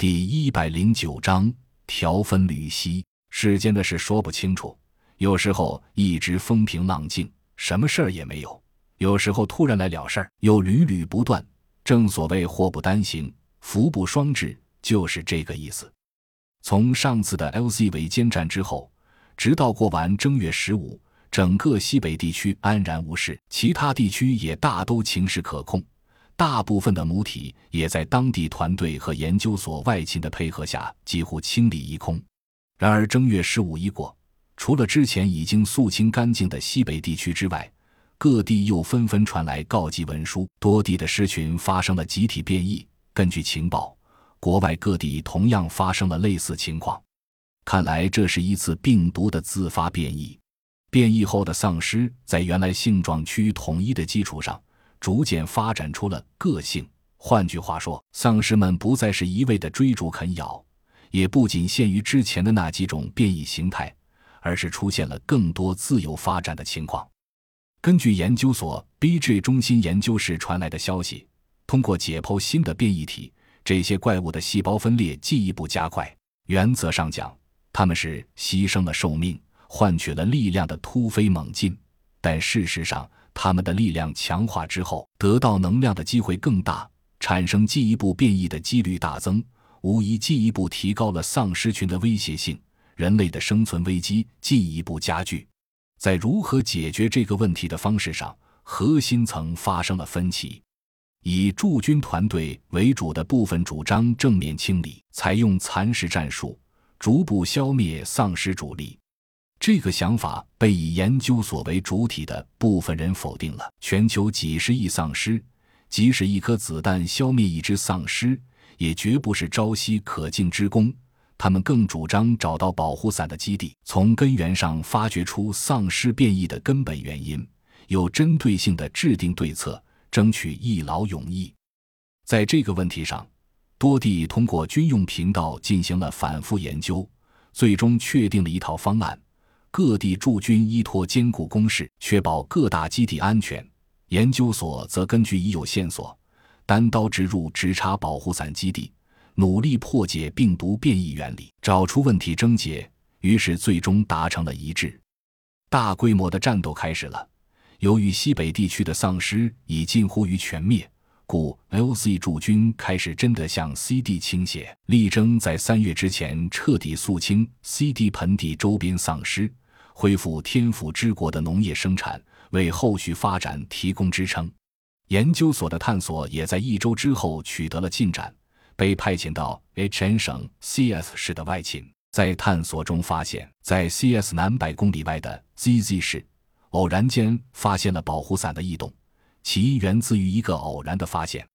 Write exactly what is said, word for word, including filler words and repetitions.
第一百零九章条分缕析。世间的事说不清楚，有时候一直风平浪静，什么事儿也没有，有时候突然来了事儿，又屡屡不断。正所谓祸不单行，福不双至，就是这个意思。从上次的 L C 围歼战之后，直到过完正月十五，整个西北地区安然无事，其他地区也大都情势可控，大部分的母体也在当地团队和研究所外勤的配合下几乎清理一空。然而正月十五一过，除了之前已经肃清干净的西北地区之外，各地又纷纷传来告急文书，多地的狮群发生了集体变异。根据情报，国外各地同样发生了类似情况。看来这是一次病毒的自发变异。变异后的丧尸在原来性状趋于统一的基础上，逐渐发展出了个性。换句话说，丧尸们不再是一味的追逐啃咬，也不仅限于之前的那几种变异形态，而是出现了更多自由发展的情况。根据研究所 B J 中心研究室传来的消息，通过解剖新的变异体，这些怪物的细胞分裂进一步加快。原则上讲，他们是牺牲了寿命，换取了力量的突飞猛进，但事实上他们的力量强化之后，得到能量的机会更大，产生进一步变异的几率大增，无疑进一步提高了丧尸群的威胁性，人类的生存危机进一步加剧。在如何解决这个问题的方式上，核心层发生了分歧。以驻军团队为主的部分主张正面清理，采用蚕食战术，逐步消灭丧尸主力。这个想法被以研究所为主体的部分人否定了。全球几十亿丧尸，即使一颗子弹消灭一只丧尸，也绝不是朝夕可尽之功。他们更主张找到保护伞的基地，从根源上发掘出丧尸变异的根本原因，有针对性地制定对策，争取一劳永逸。在这个问题上，多地通过军用频道进行了反复研究，最终确定了一套方案。各地驻军依托坚固工事，确保各大基地安全。研究所则根据已有线索，单刀直入直插保护伞基地，努力破解病毒变异原理，找出问题症结，于是最终达成了一致。大规模的战斗开始了。由于西北地区的丧尸已近乎于全灭，故 L C 驻军开始真的向 C D 倾斜，力争在三月之前彻底肃清 C D 盆地周边丧尸，恢复天府之国的农业生产，为后续发展提供支撑。研究所的探索也在一周之后取得了进展，被派遣到 H N 省 C S 市的外勤。在探索中发现，在 C S 南百公里外的 Z Z 市，偶然间发现了保护伞的异动，其源自于一个偶然的发现。